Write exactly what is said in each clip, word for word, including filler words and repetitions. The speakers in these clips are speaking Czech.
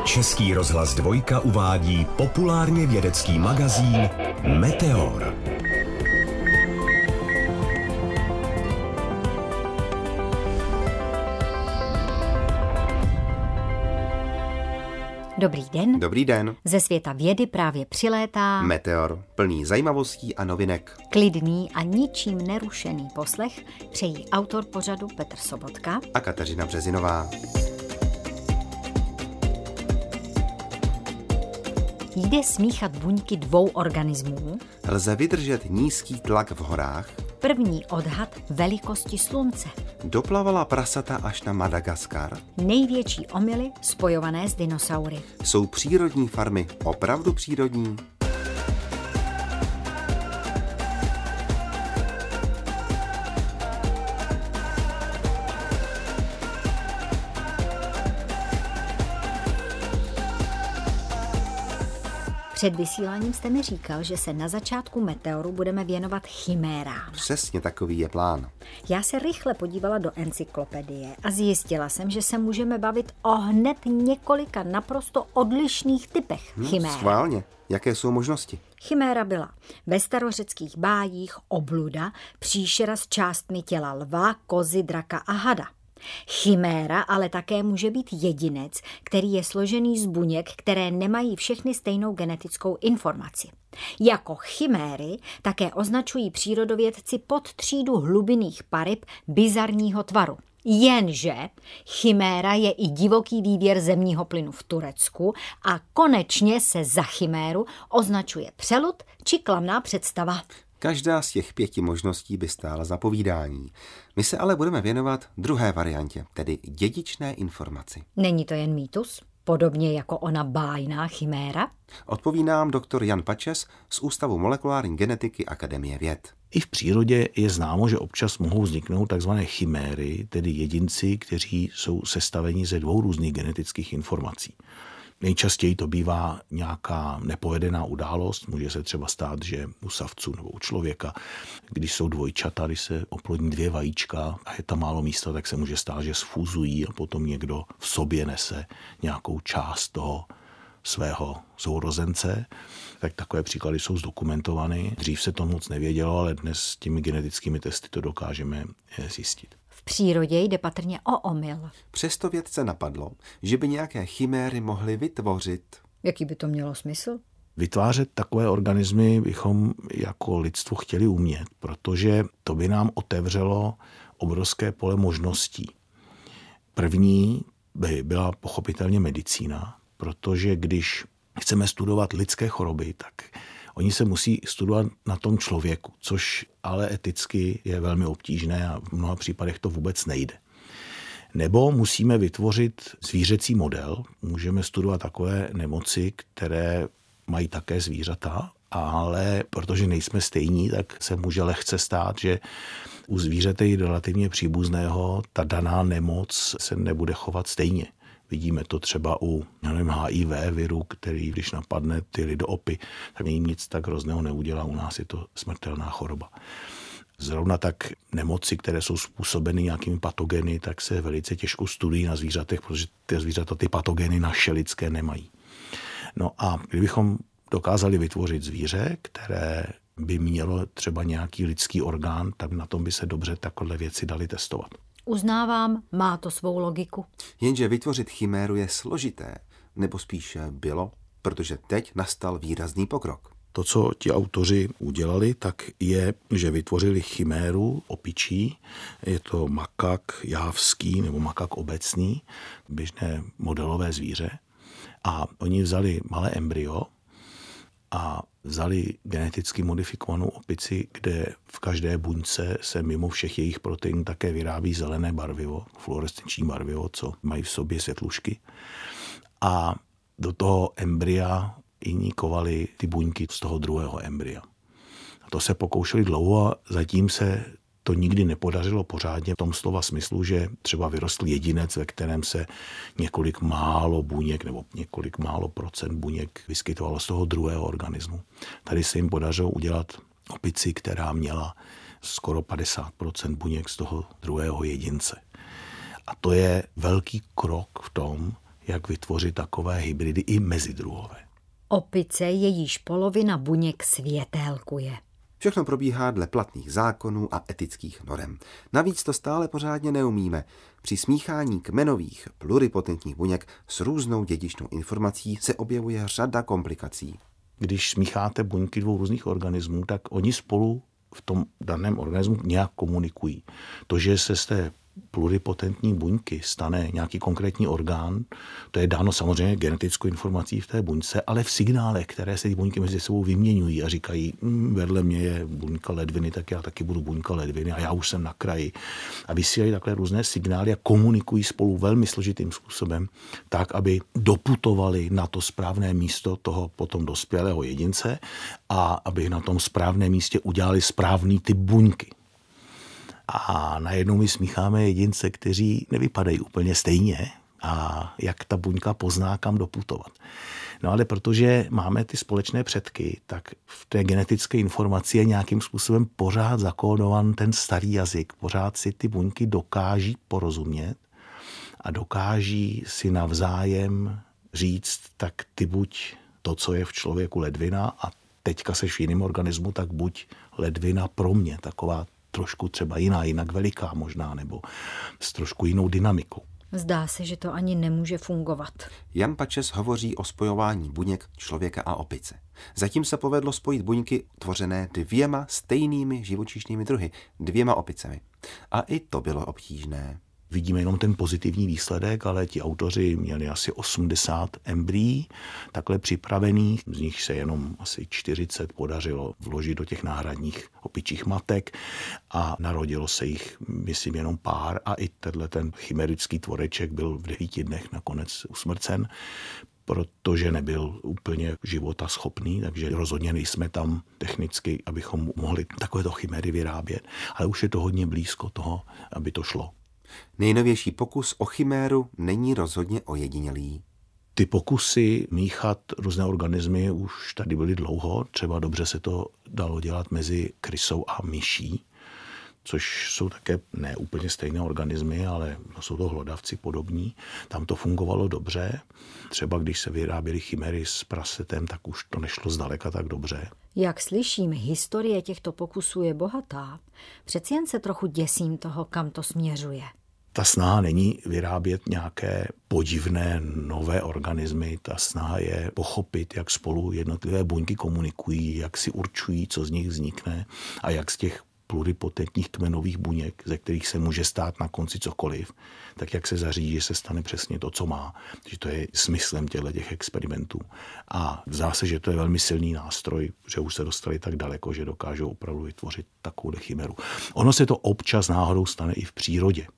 Český rozhlas Dvojka uvádí populárně vědecký magazín Meteor. Dobrý den. Dobrý den. Ze světa vědy právě přilétá Meteor, plný zajímavostí a novinek. Klidný a ničím nerušený poslech přejí autor pořadu Petr Sobotka A Kateřina Březinová. Jde smíchat buňky dvou organismů. Lze vydržet nízký tlak v horách. První odhad velikosti slunce. Doplavala prasata až na Madagaskar. Největší omyly spojované s dinosaury. Jsou přírodní farmy opravdu přírodní? Před vysíláním jste mi říkal, že se na začátku Meteoru budeme věnovat chimérám. Přesně takový je plán. Já se rychle podívala do encyklopedie a zjistila jsem, že se můžeme bavit o hned několika naprosto odlišných typech Hmm, chimér. schválně. Jaké jsou možnosti? Chiméra byla ve starořeckých bájích obluda, příšera s částmi těla lva, kozy, draka a hada. Chiméra ale také může být jedinec, který je složený z buněk, které nemají všechny stejnou genetickou informaci. Jako chiméry také označují přírodovědci podtřídu hlubinných paryb bizarního tvaru. Jenže chiméra je i divoký výběr zemního plynu v Turecku a konečně se za chiméru označuje přelud či klamná představa. Každá z těch pěti možností by stála za povídání. My se ale budeme věnovat druhé variantě, tedy dědičné informaci. Není to jen mýtus? Podobně jako ona bájná chiméra? Odpoví nám doktor Jan Pačes z Ústavu molekulární genetiky Akademie věd. I v přírodě je známo, že občas mohou vzniknout takzvané chiméry, tedy jedinci, kteří jsou sestaveni ze dvou různých genetických informací. Nejčastěji to bývá nějaká nepovedená událost, může se třeba stát, že u savců nebo u člověka, když jsou dvojčata, když se oplodní dvě vajíčka a je tam málo místa, tak se může stát, že sfuzují a potom někdo v sobě nese nějakou část toho svého sourozence. Tak takové příklady jsou zdokumentovány. Dřív se to moc nevědělo, ale dnes s těmi genetickými testy to dokážeme zjistit. V přírodě jde patrně o omyl. Přesto vědce napadlo, že by nějaké chiméry mohly vytvořit. Jaký by to mělo smysl? Vytvářet takové organismy bychom jako lidstvo chtěli umět, protože to by nám otevřelo obrovské pole možností. První by byla pochopitelně medicína, protože když chceme studovat lidské choroby, tak oni se musí studovat na tom člověku, což ale eticky je velmi obtížné a v mnoha případech to vůbec nejde. Nebo musíme vytvořit zvířecí model, můžeme studovat takové nemoci, které mají také zvířata, ale protože nejsme stejní, tak se může lehce stát, že u zvířete relativně příbuzného ta daná nemoc se nebude chovat stejně. Vidíme to třeba u nevím, H I V viru, který když napadne ty lidoopy, tak jim nic tak hrozného neudělá. U nás je to smrtelná choroba. Zrovna tak nemoci, které jsou způsobeny nějakými patogeny, tak se velice těžko studují na zvířatech, protože ty zvířata ty patogeny naše lidské nemají. No a kdybychom dokázali vytvořit zvíře, které by mělo třeba nějaký lidský orgán, tak na tom by se dobře takové věci daly testovat. Uznávám, má to svou logiku. Jenže vytvořit chiméru je složité, nebo spíš bylo, protože teď nastal výrazný pokrok. To, co ti autoři udělali, tak je, že vytvořili chiméru opičí. Je to makak jávský nebo makak obecný, běžné modelové zvíře. A oni vzali malé embryo a vzali geneticky modifikovanou opici, kde v každé buňce se mimo všech jejich proteinů také vyrábí zelené barvivo, fluorescenční barvivo, co mají v sobě světlušky. A do toho embrya injikovali ty buňky z toho druhého embrya. A to se pokoušeli dlouho a zatím se to nikdy nepodařilo pořádně v tom slova smyslu, že třeba vyrostl jedinec, ve kterém se několik málo buněk nebo několik málo procent buněk vyskytovalo z toho druhého organismu. Tady se jim podařilo udělat opici, která měla skoro padesát procent buněk z toho druhého jedince. A to je velký krok v tom, jak vytvořit takové hybridy i mezidruhové. Opice, jejíž polovina buněk světélkuje. Všechno probíhá dle platných zákonů a etických norem. Navíc to stále pořádně neumíme. Při smíchání kmenových pluripotentních buněk s různou dědičnou informací se objevuje řada komplikací. Když smícháte buňky dvou různých organismů, tak oni spolu v tom daném organismu nějak komunikují. To, že se z té pluripotentní buňky stane nějaký konkrétní orgán, to je dáno samozřejmě genetickou informací v té buňce, ale v signálech, které se ty buňky mezi sebou vyměňují a říkají, hm, vedle mě je buňka ledviny, tak já taky budu buňka ledviny a já už jsem na kraji. A vysílají takhle různé signály a komunikují spolu velmi složitým způsobem, tak, aby doputovali na to správné místo toho potom dospělého jedince a aby na tom správném místě udělali správný typ buňky. A najednou my smícháme jedince, kteří nevypadají úplně stejně a jak ta buňka pozná, kam doputovat. No ale protože máme ty společné předky, tak v té genetické informaci je nějakým způsobem pořád zakódovan ten starý jazyk. Pořád si ty buňky dokáží porozumět a dokáží si navzájem říct, tak ty buď to, co je v člověku ledvina a teďka seš v jiném organismu, tak buď ledvina pro mě, taková trošku třeba jiná, jinak veliká možná, nebo s trošku jinou dynamikou. Zdá se, že to ani nemůže fungovat. Jan Pačes hovoří o spojování buněk člověka a opice. Zatím se povedlo spojit buňky tvořené dvěma stejnými živočišnými druhy, dvěma opicemi. A i to bylo obtížné. Vidíme jenom ten pozitivní výsledek, ale ti autoři měli asi osmdesát embryí takhle připravených, z nich se jenom asi čtyřicet podařilo vložit do těch náhradních opičích matek a narodilo se jich, myslím, jenom pár a i tenhle ten chimerický tvoreček byl v devíti dnech nakonec usmrcen, protože nebyl úplně života schopný, takže rozhodně nejsme tam technicky, abychom mohli takovéto chimery vyrábět, ale už je to hodně blízko toho, aby to šlo. Nejnovější pokus o chiméru není rozhodně ojedinělý. Ty pokusy míchat různé organismy už tady byly dlouho. Třeba dobře se to dalo dělat mezi krysou a myší, což jsou také ne úplně stejné organismy, ale jsou to hlodavci podobní. Tam to fungovalo dobře. Třeba když se vyráběly chimery s prasetem, tak už to nešlo zdaleka tak dobře. Jak slyším, historie těchto pokusů je bohatá. Přeci jen se trochu děsím toho, kam to směřuje. Ta snaha není vyrábět nějaké podivné nové organismy, ta snaha je pochopit, jak spolu jednotlivé buňky komunikují, jak si určují, co z nich vznikne a jak z těch pluripotentních kmenových buněk, ze kterých se může stát na konci cokoliv, tak jak se zařídí, že se stane přesně to, co má. Takže to je smyslem těch experimentů. A zdá se, že to je velmi silný nástroj, že už se dostali tak daleko, že dokážou opravdu vytvořit takovou chimeru. Ono se to občas náhodou stane i v přírodě.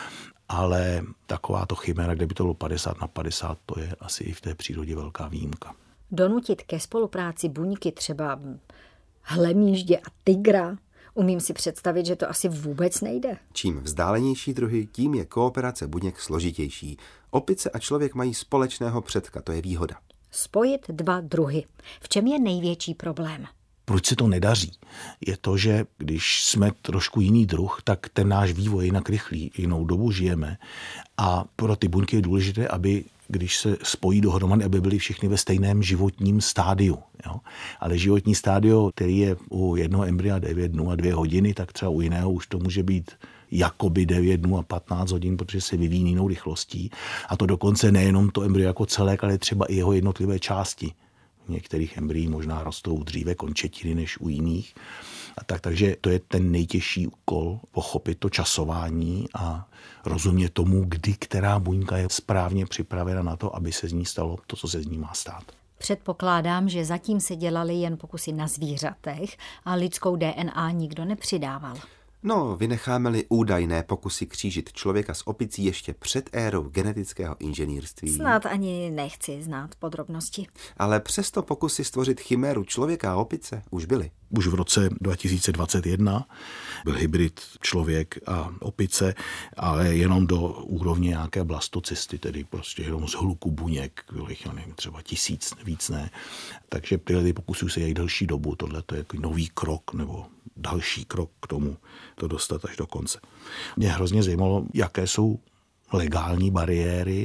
Ale takováto chimera, kde by to bylo padesát na padesát, to je asi i v té přírodě velká výjimka. Donutit ke spolupráci buňky třeba hlemýždě a tygra, umím si představit, že to asi vůbec nejde. Čím vzdálenější druhy, tím je kooperace buněk složitější. Opice a člověk mají společného předka, to je výhoda. Spojit dva druhy. V čem je největší problém? Proč se to nedaří? Je to, že když jsme trošku jiný druh, tak ten náš vývoj je jinak rychlý, jinou dobu žijeme a pro ty buňky je důležité, aby když se spojí dohromady, aby byly všichni ve stejném životním stádiu. Jo? Ale životní stádio, který je u jednoho embrya devět dnů a dvě hodiny, tak třeba u jiného už to může být jakoby devět dnů a patnáct hodin, protože se vyvíjí jinou rychlostí. A to dokonce nejenom to embryo jako celek, ale třeba i jeho jednotlivé části. V některých embryích možná rostou dříve končetiny než u jiných. A tak, takže to je ten nejtěžší úkol, pochopit to časování a rozumět tomu, kdy která buňka je správně připravena na to, aby se z ní stalo to, co se z ní má stát. Předpokládám, že zatím se dělaly jen pokusy na zvířatech a lidskou D N A nikdo nepřidával. No, vynecháme-li údajné pokusy křížit člověka s opicí ještě před érou genetického inženýrství. Snad ani nechci znát podrobnosti. Ale přesto pokusy stvořit chiméru člověka a opice už byly. Už v roce dva tisíce dvacet jedna byl hybrid člověk a opice, ale jenom do úrovně nějaké blastocysty, tedy prostě jenom z hluku buněk, bylo jich, nevím, třeba tisíc, víc ne. Takže tyhle ty pokusy se dělají delší dobu, tohle to je jako nový krok nebo další krok k tomu to dostat až do konce. Mě hrozně zajímalo, jaké jsou legální bariéry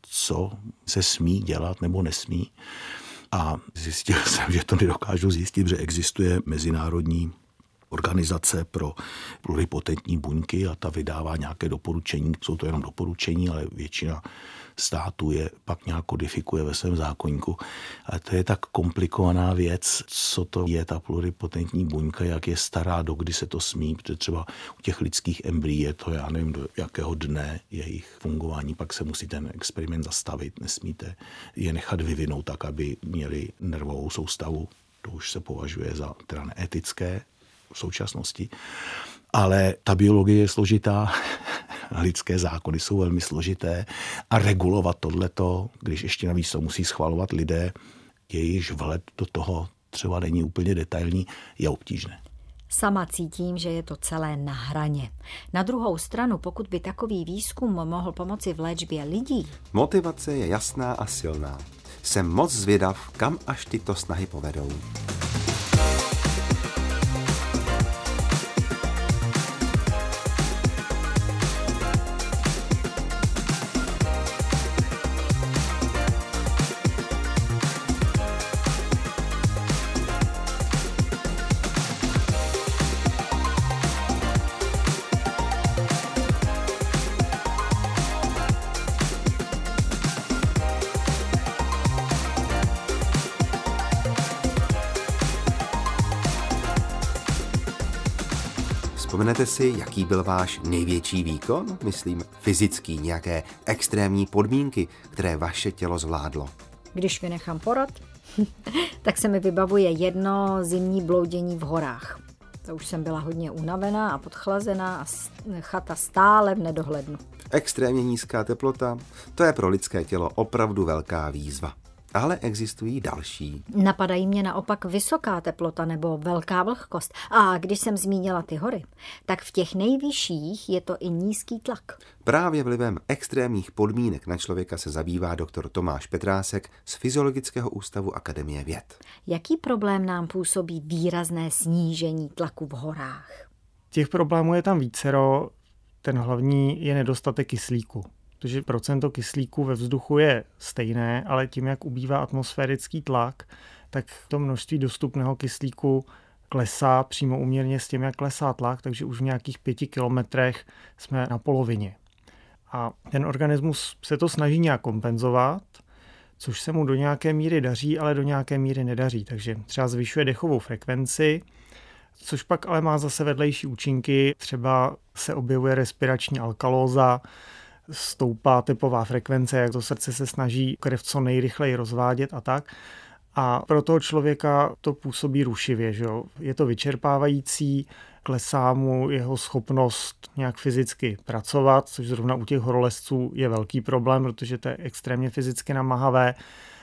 co se smí dělat nebo nesmí. A zjistil jsem, že to nedokážu zjistit, že existuje mezinárodní organizace pro pluripotentní buňky a ta vydává nějaké doporučení. Jsou to jenom doporučení, ale většina států je pak nějak kodifikuje ve svém zákoníku. Ale to je tak komplikovaná věc, co to je ta pluripotentní buňka, jak je stará, dokdy se to smí, protože třeba u těch lidských embryí je to, já nevím, do jakého dne jejich fungování, pak se musí ten experiment zastavit, nesmíte je nechat vyvinout tak, aby měli nervovou soustavu. To už se považuje za teda neetické v současnosti. Ale ta biologie je složitá, lidské zákony jsou velmi složité a regulovat tohleto, když ještě navíc to musí schvalovat lidé, jejichž vhled do toho třeba není úplně detailní, je obtížné. Sama cítím, že je to celé na hraně. Na druhou stranu, pokud by takový výzkum mohl pomoci v léčbě lidí... Motivace je jasná a silná. Jsem moc zvědav, kam až tyto snahy povedou. Vzpomenete si, jaký byl váš největší výkon? Myslím fyzický, nějaké extrémní podmínky, které vaše tělo zvládlo. Když vynechám porod, tak se mi vybavuje jedno zimní bloudění v horách. To už jsem byla hodně unavená a podchlazená a chata stále v nedohlednu. Extrémně nízká teplota, to je pro lidské tělo opravdu velká výzva. Ale existují další. Napadají mě naopak vysoká teplota nebo velká vlhkost. A když jsem zmínila ty hory, tak v těch nejvyšších je to i nízký tlak. Právě vlivem extrémních podmínek na člověka se zabývá doktor Tomáš Petrásek z Fyziologického ústavu Akademie věd. Jaký problém nám působí výrazné snížení tlaku v horách? Těch problémů je tam vícero. Ten hlavní je nedostatek kyslíku. Protože procento kyslíku ve vzduchu je stejné, ale tím, jak ubývá atmosférický tlak, tak to množství dostupného kyslíku klesá přímo úměrně s tím, jak klesá tlak, takže už v nějakých pěti kilometrech jsme na polovině. A ten organismus se to snaží nějak kompenzovat, což se mu do nějaké míry daří, ale do nějaké míry nedaří. Takže třeba zvyšuje dechovou frekvenci, což pak ale má zase vedlejší účinky. Třeba se objevuje respirační alkalóza, stoupá tepová frekvence, jak to srdce se snaží krev co nejrychleji rozvádět a tak. A pro toho člověka to působí rušivě. Že jo? Je to vyčerpávající, klesá mu jeho schopnost nějak fyzicky pracovat, což zrovna u těch horolezců je velký problém, protože to je extrémně fyzicky namáhavé.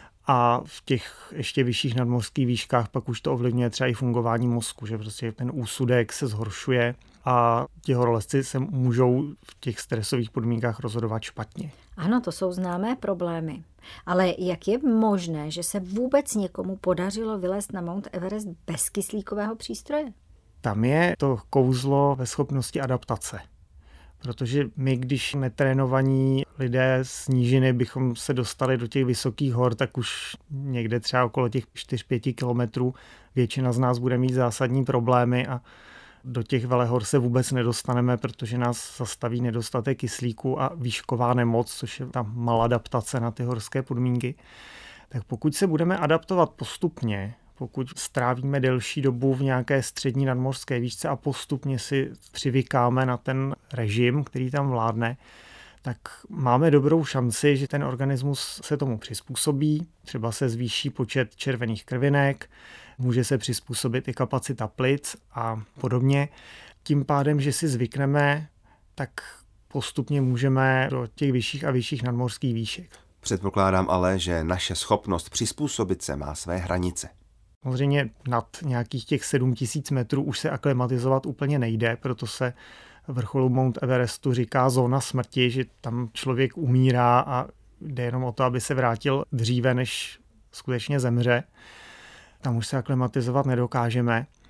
A v těch ještě vyšších nadmořských výškách pak už to ovlivňuje třeba i fungování mozku, že prostě ten úsudek se zhoršuje a ti horolezci se můžou v těch stresových podmínkách rozhodovat špatně. Ano, to jsou známé problémy. Ale jak je možné, že se vůbec někomu podařilo vylézt na Mount Everest bez kyslíkového přístroje? Tam je to kouzlo ve schopnosti adaptace. Protože my, když netrénovaní lidé z nížiny bychom se dostali do těch vysokých hor, tak už někde třeba okolo těch čtyři až pět kilometrů většina z nás bude mít zásadní problémy a do těch velehor se vůbec nedostaneme, protože nás zastaví nedostatek kyslíku a výšková nemoc, což je ta maladaptace na ty horské podmínky. Tak pokud se budeme adaptovat postupně, pokud strávíme delší dobu v nějaké střední nadmořské výšce a postupně si přivykáme na ten režim, který tam vládne, tak máme dobrou šanci, že ten organismus se tomu přizpůsobí, třeba se zvýší počet červených krvinek, může se přizpůsobit i kapacita plic a podobně. Tím pádem, že si zvykneme, tak postupně můžeme do těch vyšších a vyšších nadmořských výšek. Předpokládám ale, že naše schopnost přizpůsobit se má své hranice. Samozřejmě nad nějakých těch sedm tisíc metrů už se aklimatizovat úplně nejde, proto se vrcholu Mount Everestu říká zóna smrti, že tam člověk umírá a jde jenom o to, aby se vrátil dříve, než skutečně zemře. Tam už se aklimatizovat nedokážeme,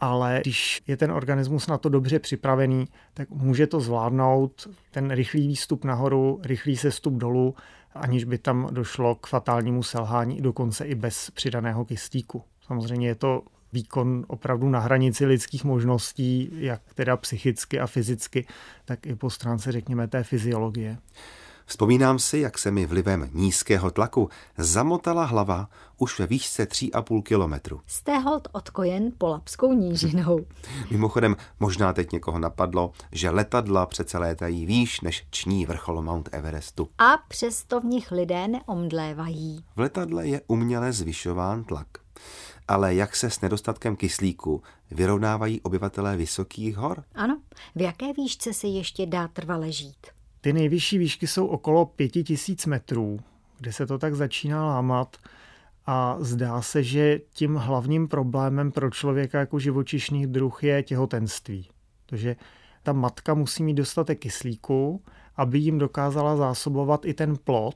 ale když je ten organismus na to dobře připravený, tak může to zvládnout ten rychlý výstup nahoru, rychlý sestup dolů, aniž by tam došlo k fatálnímu selhání, dokonce i bez přidaného kyslíku. Samozřejmě je to výkon opravdu na hranici lidských možností, jak teda psychicky a fyzicky, tak i po stránce, řekněme, té fyziologie. Vzpomínám si, jak se mi vlivem nízkého tlaku zamotala hlava už ve výšce tři a půl kilometru. Jste holt odkojen Polabskou nížinou. Mimochodem, možná teď někoho napadlo, že letadla přece létají výš než ční vrchol Mount Everestu. A přesto v nich lidé neomdlévají. V letadle je uměle zvyšován tlak. Ale jak se s nedostatkem kyslíku vyrovnávají obyvatelé vysokých hor? Ano, v jaké výšce se ještě dá trvale žít? Ty nejvyšší výšky jsou okolo pěti tisíc metrů, kde se to tak začíná lámat a zdá se, že tím hlavním problémem pro člověka jako živočišný druh je těhotenství. Protože ta matka musí mít dostatek kyslíku, aby jim dokázala zásobovat i ten plod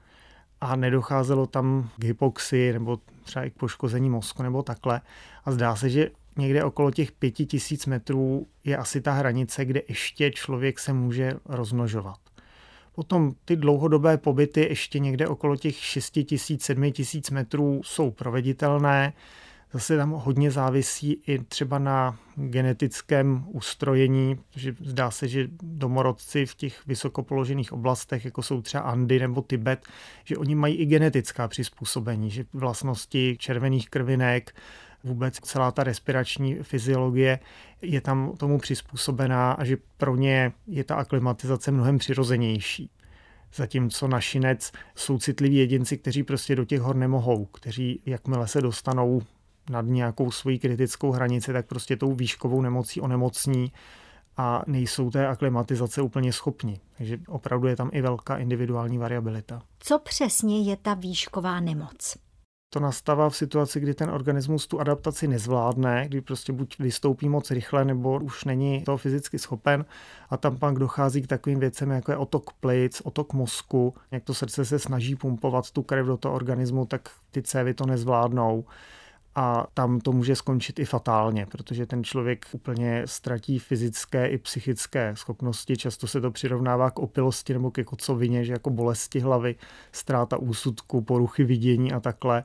a nedocházelo tam k hypoxii nebo třeba i k poškození mozku nebo takhle. A zdá se, že někde okolo těch pěti tisíc metrů je asi ta hranice, kde ještě člověk se může rozmnožovat. Potom ty dlouhodobé pobyty ještě někde okolo těch šesti tisíc, sedmi tisíc metrů jsou proveditelné. Zase tam hodně závisí i třeba na genetickém ustrojení, protože zdá se, že domorodci v těch vysokopoložených oblastech, jako jsou třeba Andy nebo Tibet, že oni mají i genetická přizpůsobení, že vlastnosti červených krvinek, vůbec celá ta respirační fyziologie je tam tomu přizpůsobená a že pro ně je ta aklimatizace mnohem přirozenější. Zatímco na šinec jsou citliví jedinci, kteří prostě do těch hor nemohou, kteří jakmile se dostanou nad nějakou svoji kritickou hranici, tak prostě tou výškovou nemocí onemocní a nejsou té aklimatizace úplně schopni. Takže opravdu je tam i velká individuální variabilita. Co přesně je ta výšková nemoc? To nastává v situaci, kdy ten organismus tu adaptaci nezvládne, kdy prostě buď vystoupí moc rychle, nebo už není to fyzicky schopen a tam pak dochází k takovým věcem, jako je otok plic, otok mozku. Jak to srdce se snaží pumpovat tu krev do toho organismu, tak ty cévy to nezvládnou. A tam to může skončit i fatálně, protože ten člověk úplně ztratí fyzické i psychické schopnosti. Často se to přirovnává k opilosti nebo ke kocovině, že jako bolesti hlavy, ztráta úsudku, poruchy vidění a takhle.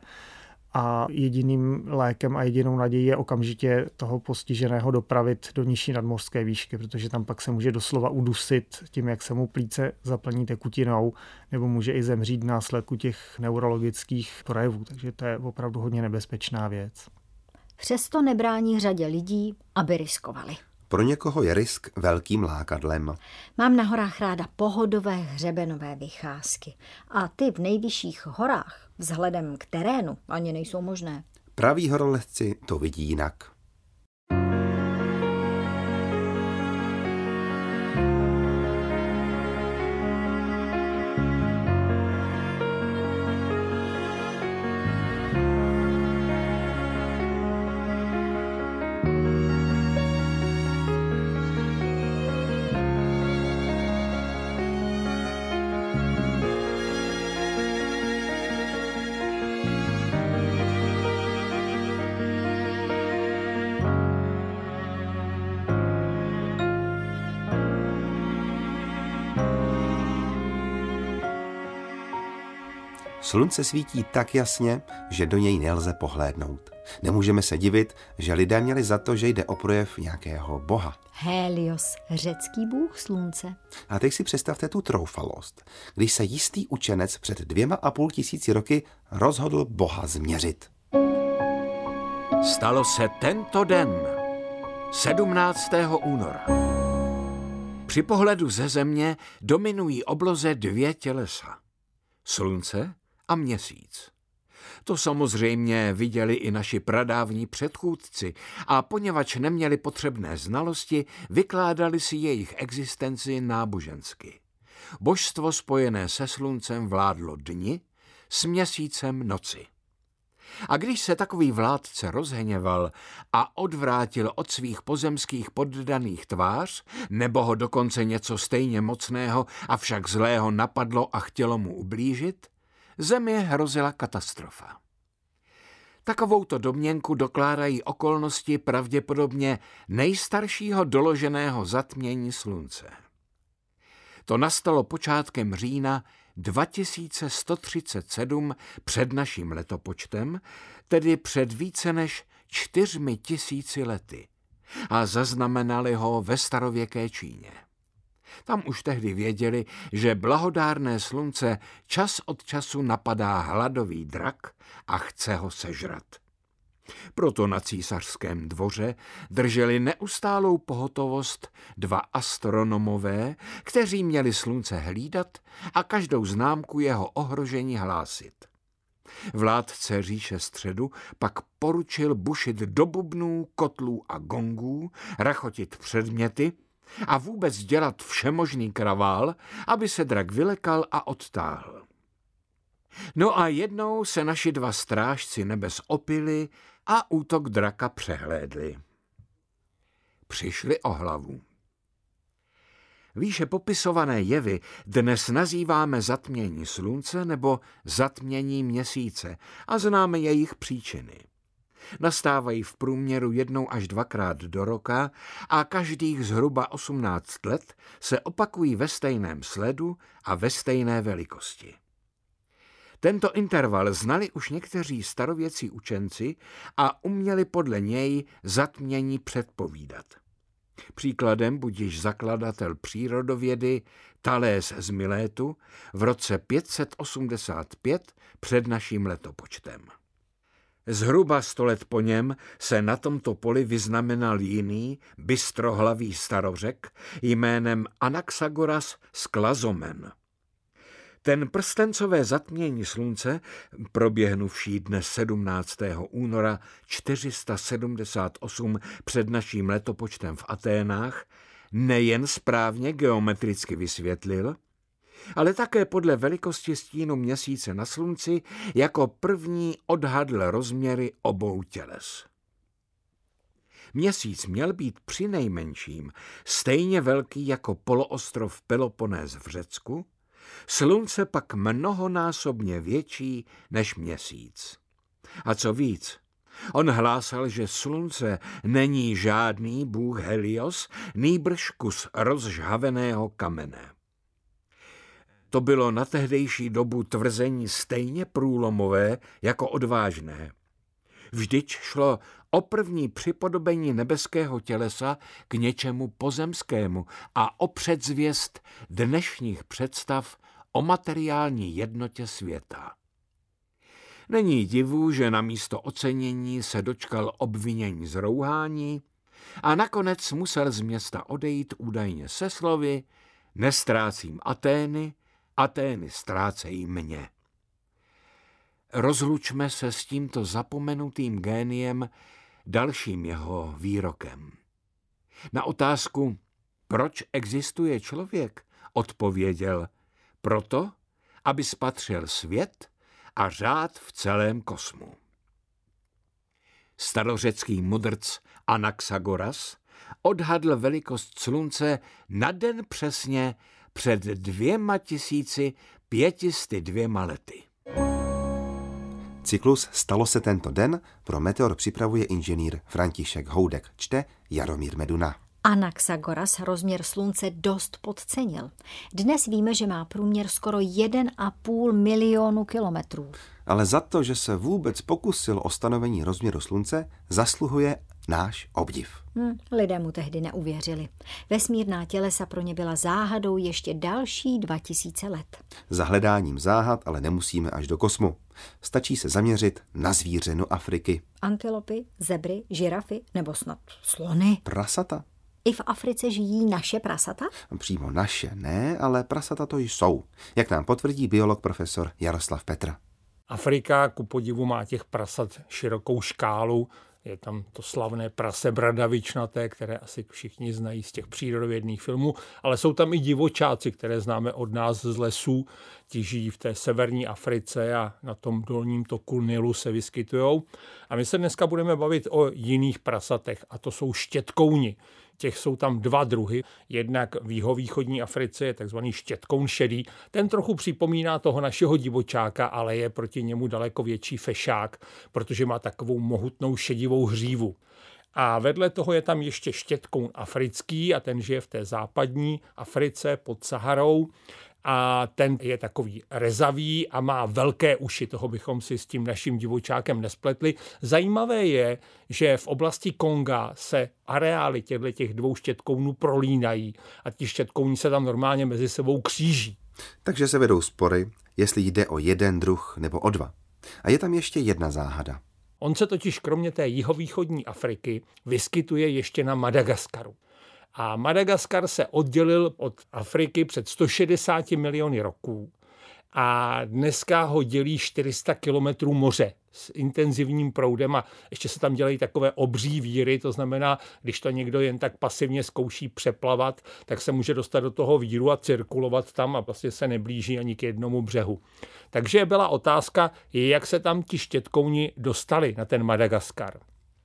A jediným lékem a jedinou nadějí je okamžitě toho postiženého dopravit do nižší nadmořské výšky, protože tam pak se může doslova udusit tím, jak se mu plíce zaplní tekutinou, nebo může i zemřít v následku těch neurologických projevů. Takže to je opravdu hodně nebezpečná věc. Přesto nebrání řadě lidí, aby riskovali. Pro někoho je risk velkým lákadlem. Mám na horách ráda pohodové hřebenové vycházky. A ty v nejvyšších horách, vzhledem k terénu, ani nejsou možné. Praví horolezci to vidí jinak. Slunce svítí tak jasně, že do něj nelze pohlédnout. Nemůžeme se divit, že lidé měli za to, že jde o projev nějakého boha. Hélios, řecký bůh slunce. A teď si představte tu troufalost, když se jistý učenec před dvěma a půl tisíci roky rozhodl boha změřit. Stalo se tento den, sedmnáctého února. Při pohledu ze země dominují obloze dvě tělesa. Slunce a měsíc. To samozřejmě viděli i naši pradávní předchůdci a poněvadž neměli potřebné znalosti, vykládali si jejich existenci nábožensky. Božstvo spojené se sluncem vládlo dni, s měsícem noci. A když se takový vládce rozhněval a odvrátil od svých pozemských poddaných tvář, nebo ho dokonce něco stejně mocného, avšak zlého napadlo a chtělo mu ublížit, zemi hrozila katastrofa. Takovouto domněnku dokládají okolnosti pravděpodobně nejstaršího doloženého zatmění slunce. To nastalo počátkem října dva tisíce sto třicet sedm před naším letopočtem, tedy před více než čtyřmi tisíci lety, a zaznamenali ho ve starověké Číně. Tam už tehdy věděli, že blahodárné slunce čas od času napadá hladový drak a chce ho sežrat. Proto na císařském dvoře drželi neustálou pohotovost dva astronomové, kteří měli slunce hlídat a každou známku jeho ohrožení hlásit. Vládce říše Středu pak poručil bušit do bubnů, kotlů a gongů, rachotit předměty a vůbec dělat všemožný kravál, aby se drak vylekal a odtáhl. No a jednou se naši dva strážci nebes opili a útok draka přehlédli. Přišli o hlavu. Výše popisované jevy dnes nazýváme zatmění slunce nebo zatmění měsíce a známe jejich příčiny. Nastávají v průměru jednou až dvakrát do roka a každých zhruba osmnáct let se opakují ve stejném sledu a ve stejné velikosti. Tento interval znali už někteří starověcí učenci a uměli podle něj zatmění předpovídat. Příkladem budiž zakladatel přírodovědy Thales z Milétu v roce pět set osmdesát pět před naším letopočtem. Zhruba sto let po něm se na tomto poli vyznamenal jiný, bystrohlavý starořek jménem Anaxagoras z Klazomen. Ten prstencové zatmění slunce, proběhnuvší dne sedmnáctého února čtyři sta sedmdesát osm před naším letopočtem v Aténách, nejen správně geometricky vysvětlil, ale také podle velikosti stínu měsíce na slunci jako první odhadl rozměry obou těles. Měsíc měl být přinejmenším stejně velký jako poloostrov Peloponés v Řecku, slunce pak mnohonásobně větší než měsíc. A co víc, on hlásal, že slunce není žádný bůh Helios, nýbrž kus rozžhaveného kamene. To bylo na tehdejší dobu tvrzení stejně průlomové jako odvážné. Vždyť šlo o první připodobení nebeského tělesa k něčemu pozemskému a o předzvěst dnešních představ o materiální jednotě světa. Není divu, že na místo ocenění se dočkal obvinění z rouhání a nakonec musel z města odejít údajně se slovy: nestrácím Atény, Atény ztrácejí mě. Rozlučme se s tímto zapomenutým géniem dalším jeho výrokem. Na otázku, proč existuje člověk, odpověděl: proto, aby spatřil svět a řád v celém kosmu. Starořecký mudrc Anaxagoras odhadl velikost slunce na den přesně před dvěma tisíci pětisty dvěma lety. Cyklus Stalo se tento den pro Meteor připravuje inženýr František Houdek, čte Jaromír Meduna. Anaxagoras rozměr slunce dost podcenil. Dnes víme, že má průměr skoro jeden a půl milionu kilometrů. Ale za to, že se vůbec pokusil o stanovení rozměru slunce, zasluhuje náš obdiv. Hm, lidé mu tehdy neuvěřili. Vesmírná tělesa pro ně byla záhadou ještě další dva tisíce let. Za hledáním záhad ale nemusíme až do kosmu. Stačí se zaměřit na zvířenu Afriky. Antilopy, zebry, žirafy nebo snad slony. Prasata. I v Africe žijí naše prasata? Přímo naše ne, ale prasata to jsou, jak nám potvrdí biolog profesor Jaroslav Petr. Afrika ku podivu má těch prasat širokou škálu. Je tam to slavné prase bradavičnaté, které asi všichni znají z těch přírodovědných filmů, ale jsou tam i divočáci, které známe od nás z lesů. Ti žijí v té severní Africe a na tom dolním toku Nilu se vyskytujou. A my se dneska budeme bavit o jiných prasatech, a to jsou štětkouni. Těch jsou tam dva druhy. Jednak v jihovýchodní Africe je takzvaný štětkoun šedý. Ten trochu připomíná toho našeho divočáka, ale je proti němu daleko větší fešák, protože má takovou mohutnou šedivou hřívu. A vedle toho je tam ještě štětkoun africký a ten žije v té západní Africe pod Saharou. A ten je takový rezavý a má velké uši, toho bychom si s tím naším divočákem nespletli. Zajímavé je, že v oblasti Konga se areály těchto těch dvou štětkounů prolínají a ti štětkouni se tam normálně mezi sebou kříží. Takže se vedou spory, jestli jde o jeden druh nebo o dva. A je tam ještě jedna záhada. On se totiž kromě té jihovýchodní Afriky vyskytuje ještě na Madagaskaru. A Madagaskar se oddělil od Afriky před sto šedesáti miliony roků a dneska ho dělí čtyři sta kilometrů moře s intenzivním proudem a ještě se tam dělají takové obří víry, to znamená, když to někdo jen tak pasivně zkouší přeplavat, tak se může dostat do toho víru a cirkulovat tam a vlastně se neblíží ani k jednomu břehu. Takže byla otázka, jak se tam ti štětkouni dostali na ten Madagaskar.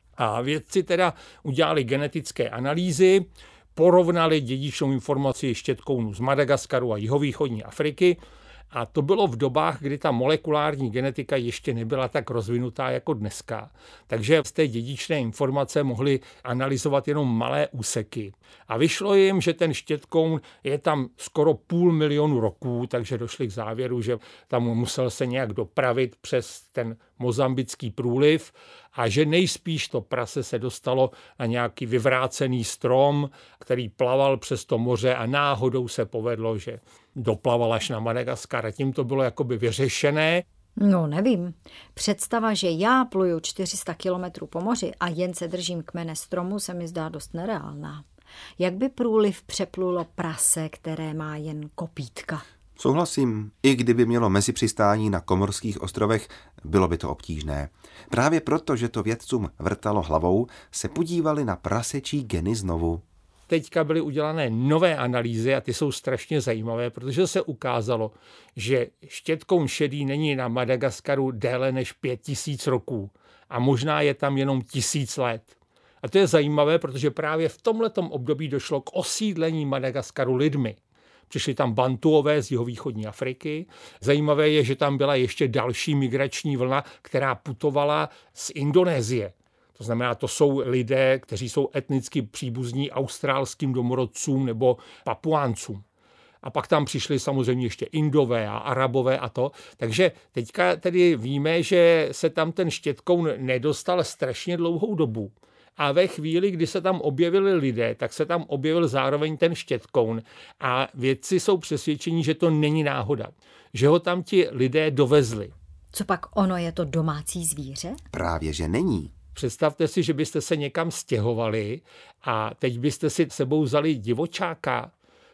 A vědci teda udělali genetické analýzy, porovnali dědičnou informaci štětkounů z Madagaskaru a jihovýchodní Afriky a to bylo v dobách, kdy ta molekulární genetika ještě nebyla tak rozvinutá jako dneska. Takže z té dědičné informace mohli analyzovat jenom malé úseky. A vyšlo jim, že ten štětkoun je tam skoro půl milionu roků, takže došli k závěru, že tam musel se nějak dopravit přes ten mozambický průliv a že nejspíš to prase se dostalo na nějaký vyvrácený strom, který plaval přes to moře a náhodou se povedlo, že doplaval až na Madagaskar a tím to bylo jakoby vyřešené. No nevím. Představa, že já pluju čtyři sta kilometrů po moři a jen se držím kmene stromu, se mi zdá dost nereálná. Jak by průliv přeplulo prase, které má jen kopítka? Souhlasím, i kdyby mělo mezipřistání na Komorských ostrovech, bylo by to obtížné. Právě proto, že to vědcům vrtalo hlavou, se podívali na prasečí geny znovu. Teďka byly udělané nové analýzy a ty jsou strašně zajímavé, protože se ukázalo, že štětkoun šedý není na Madagaskaru déle než pět tisíc roků a možná je tam jenom tisíc let. A to je zajímavé, protože právě v tomhletom období došlo k osídlení Madagaskaru lidmi. Přišli tam Bantuové z jihovýchodní Afriky. Zajímavé je, že tam byla ještě další migrační vlna, která putovala z Indonésie. To znamená, to jsou lidé, kteří jsou etnicky příbuzní australským domorodcům nebo Papuáncům. A pak tam přišli samozřejmě ještě Indové a Arabové a to. Takže teďka tedy víme, že se tam ten štětkoun nedostal strašně dlouhou dobu. A ve chvíli, kdy se tam objevili lidé, tak se tam objevil zároveň ten štětkoun. A vědci jsou přesvědčeni, že to není náhoda. Že ho tam ti lidé dovezli. Co pak ono je to domácí zvíře? Právě, že není. Představte si, že byste se někam stěhovali a teď byste si sebou vzali divočáka.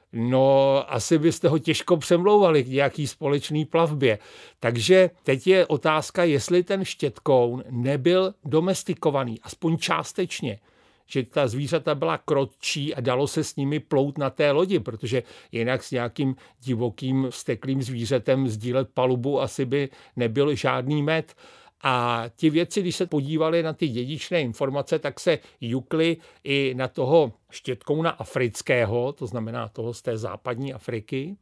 No, asi byste ho těžko přemlouvali k nějaký společný plavbě. Takže teď je otázka, jestli ten štětkoun nebyl domestikovaný, aspoň částečně. Že ta zvířata byla krotčí a dalo se s nimi plout na té lodi, protože jinak s nějakým divokým vzteklým zvířetem sdílet palubu asi by nebyl žádný med. A ti vědci, když se podívali na ty dědičné informace, tak se jukli i na toho štětkouna afrického, to znamená toho z té západní Afriky,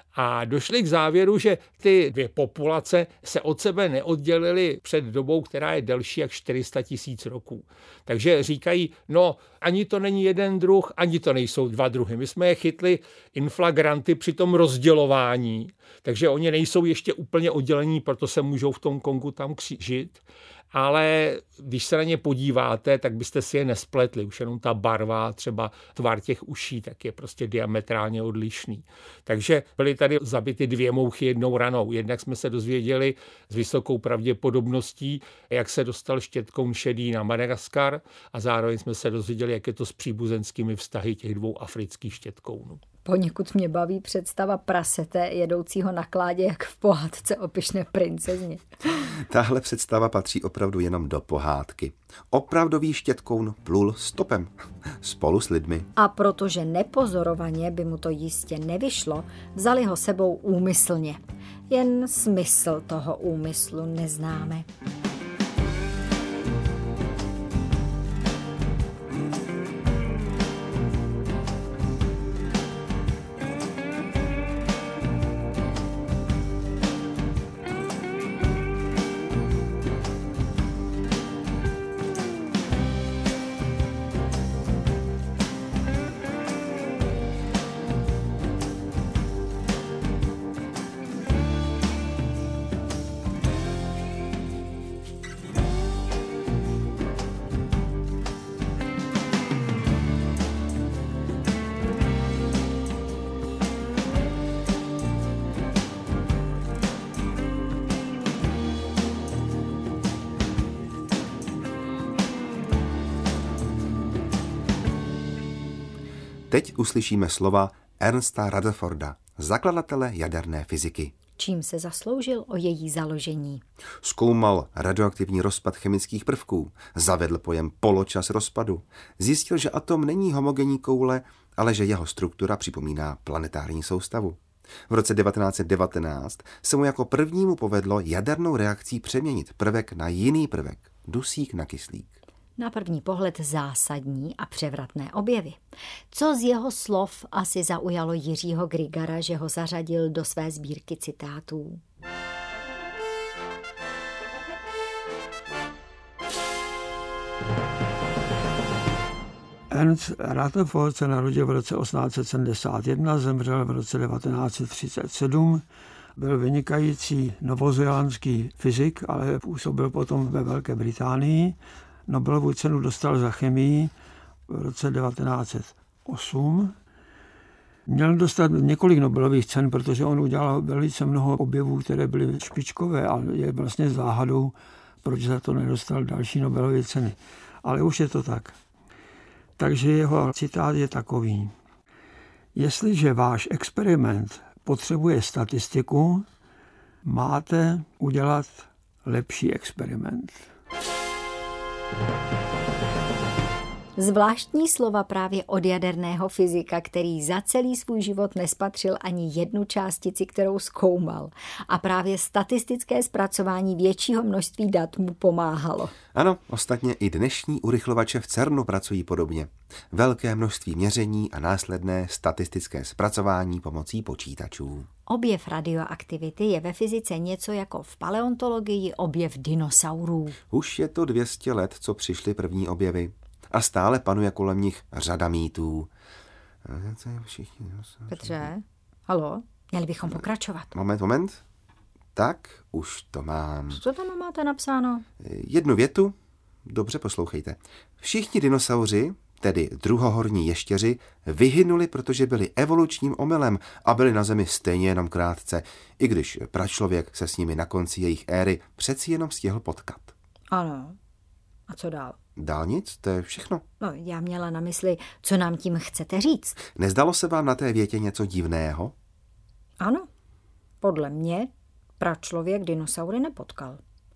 a došli k závěru, že ty dvě populace se od sebe neoddělily před dobou, která je delší jak čtyři sta tisíc roků. Takže říkají, no ani to není jeden druh, ani to nejsou dva druhy. My jsme je chytli in flagranti při tom rozdělování, takže oni nejsou ještě úplně oddělení, proto se můžou v tom Kongu tam křížit. Ale když se na ně podíváte, tak byste si je nespletli. Už jenom ta barva, třeba tvar těch uší, tak je prostě diametrálně odlišný. Takže byly tady zabity dvě mouchy jednou ranou. Jednak jsme se dozvěděli s vysokou pravděpodobností, jak se dostal štětkoun šedý na Madagaskar a zároveň jsme se dozvěděli, jak je to s příbuzenskými vztahy těch dvou afrických štětkounů. Poněkud mě baví představa prasete jedoucího na kládě jak v pohádce o pyšné princezně. Tahle představa patří opravdu jenom do pohádky. Opravdový štětkoun plul stopem spolu s lidmi. A protože nepozorovaně by mu to jistě nevyšlo, vzali ho sebou úmyslně. Jen smysl toho úmyslu neznáme. Teď uslyšíme slova Ernsta Rutherforda, zakladatele jaderné fyziky. Čím se zasloužil o její založení? Zkoumal radioaktivní rozpad chemických prvků, zavedl pojem poločas rozpadu, zjistil, že atom není homogenní koule, ale že jeho struktura připomíná planetární soustavu. V roce devatenáct set devatenáct se mu jako prvnímu povedlo jadernou reakcí přeměnit prvek na jiný prvek, dusík na kyslík. Na první pohled zásadní a převratné objevy. Co z jeho slov asi zaujalo Jiřího Grigara, že ho zařadil do své sbírky citátů? Ernst Rutherford se narodil v roce osmnáct set sedmdesát jedna, zemřel v roce devatenáct set třicet sedm. Byl vynikající novozélandský fyzik, ale působil potom ve Velké Británii. Nobelovu cenu dostal za chemii v roce devatenáct set osm. Měl dostat několik Nobelových cen, protože on udělal velice mnoho objevů, které byly špičkové a je vlastně záhadou, proč za to nedostal další Nobelovy ceny. Ale už je to tak. Takže jeho citát je takový. Jestliže váš experiment potřebuje statistiku, máte udělat lepší experiment. Zvláštní slova právě od jaderného fyzika, který za celý svůj život nespatřil ani jednu částici, kterou zkoumal. A právě statistické zpracování většího množství dat mu pomáhalo. Ano, ostatně i dnešní urychlovače v CERNu pracují podobně. Velké množství měření a následné statistické zpracování pomocí počítačů. Objev radioaktivity je ve fyzice něco jako v paleontologii objev dinosaurů. Už je to dvě stě let, co přišly první objevy. A stále panuje kolem nich řada mýtů. Petře, halo, měli bychom pokračovat. Moment, moment. Tak, už to mám. Co tam máte napsáno? Jednu větu. Dobře, poslouchejte. Všichni dinosauři, tedy druhohorní ještěři, vyhynuli, protože byli evolučním omylem a byli na Zemi stejně jenom krátce, i když pračlověk se s nimi na konci jejich éry přeci jenom stihl potkat. Ano. A co dál? Dál nic, to je všechno. No, já měla na mysli, co nám tím chcete říct. Nezdalo se vám na té větě něco divného? Ano. Podle mě pračlověk dinosaury nepotkal.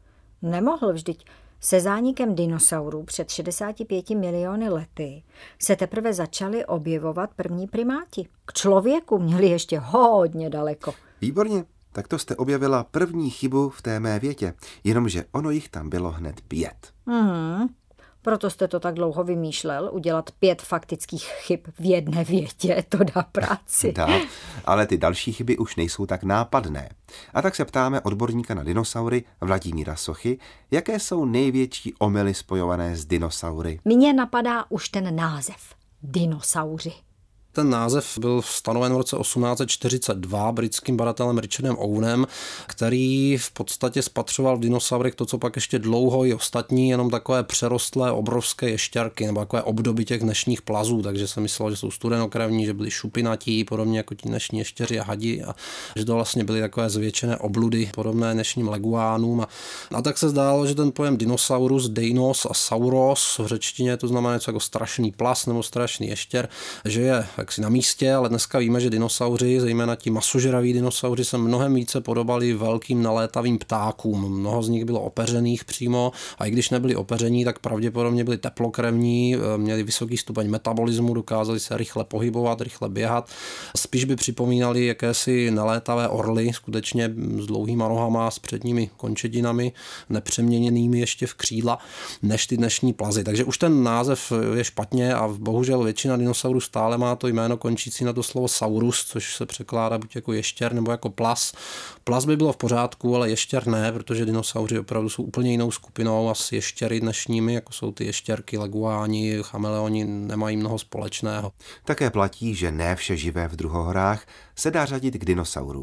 Nemohl vždyť. Se zánikem dinosaurů před šedesáti pěti miliony lety se teprve začaly objevovat první primáti. K člověku měli ještě hodně daleko. Výborně, tak to jste objevila první chybu v té mé větě, jenomže ono jich tam bylo hned pět. Mhm. Proto jste to tak dlouho vymýšlel, udělat pět faktických chyb v jedné větě, to dá práci. Dá, ale ty další chyby už nejsou tak nápadné. A tak se ptáme odborníka na dinosaury Vladimíra Sochy, jaké jsou největší omyly spojované s dinosaury. Mně napadá už ten název. Dinosauři. Ten název byl stanoven v roce osmnáct set čtyřicet dva britským badatelem Richardem Owenem, který v podstatě spatřoval v dinosaurech to, co pak ještě dlouho i ostatní, jenom takové přerostlé obrovské ještěrky nebo takové obdoby těch dnešních plazů, takže se myslelo, že jsou studenokrevní, že byli šupinatí, podobně jako ti dnešní ještěři a hadi a že to vlastně byly takové zvětšené obludy, podobné dnešním leguánům. A, a tak se zdálo, že ten pojem dinosaurus, deinos a sauros v řečtině, to znamená něco jako strašný plas nebo strašný ještěr, že je jaksi na místě, ale dneska víme, že dinosauři, zejména ti masožraví dinosauři, se mnohem více podobali velkým nalétavým ptákům. Mnoho z nich bylo opeřených přímo a i když nebyli opeření, tak pravděpodobně byli teplokrevní, měli vysoký stupeň metabolismu, dokázali se rychle pohybovat, rychle běhat. Spíš by připomínali jakési nalétavé orly, skutečně s dlouhýma nohama, s předními končetinami, nepřeměněnými ještě v křídla, než ty dnešní plazy. Takže už ten název je špatně a bohužel většina dinosaurů stále má to jméno končící na to slovo saurus, což se překládá buď jako ještěr nebo jako plas. Plas by bylo v pořádku, ale ještěr ne, protože dinosauři opravdu jsou úplně jinou skupinou a s ještěry dnešními, jako jsou ty ještěrky, leguáni, chameleoni, nemají mnoho společného. Také platí, že ne vše živé v druhohorách se dá řadit k dinosaurům.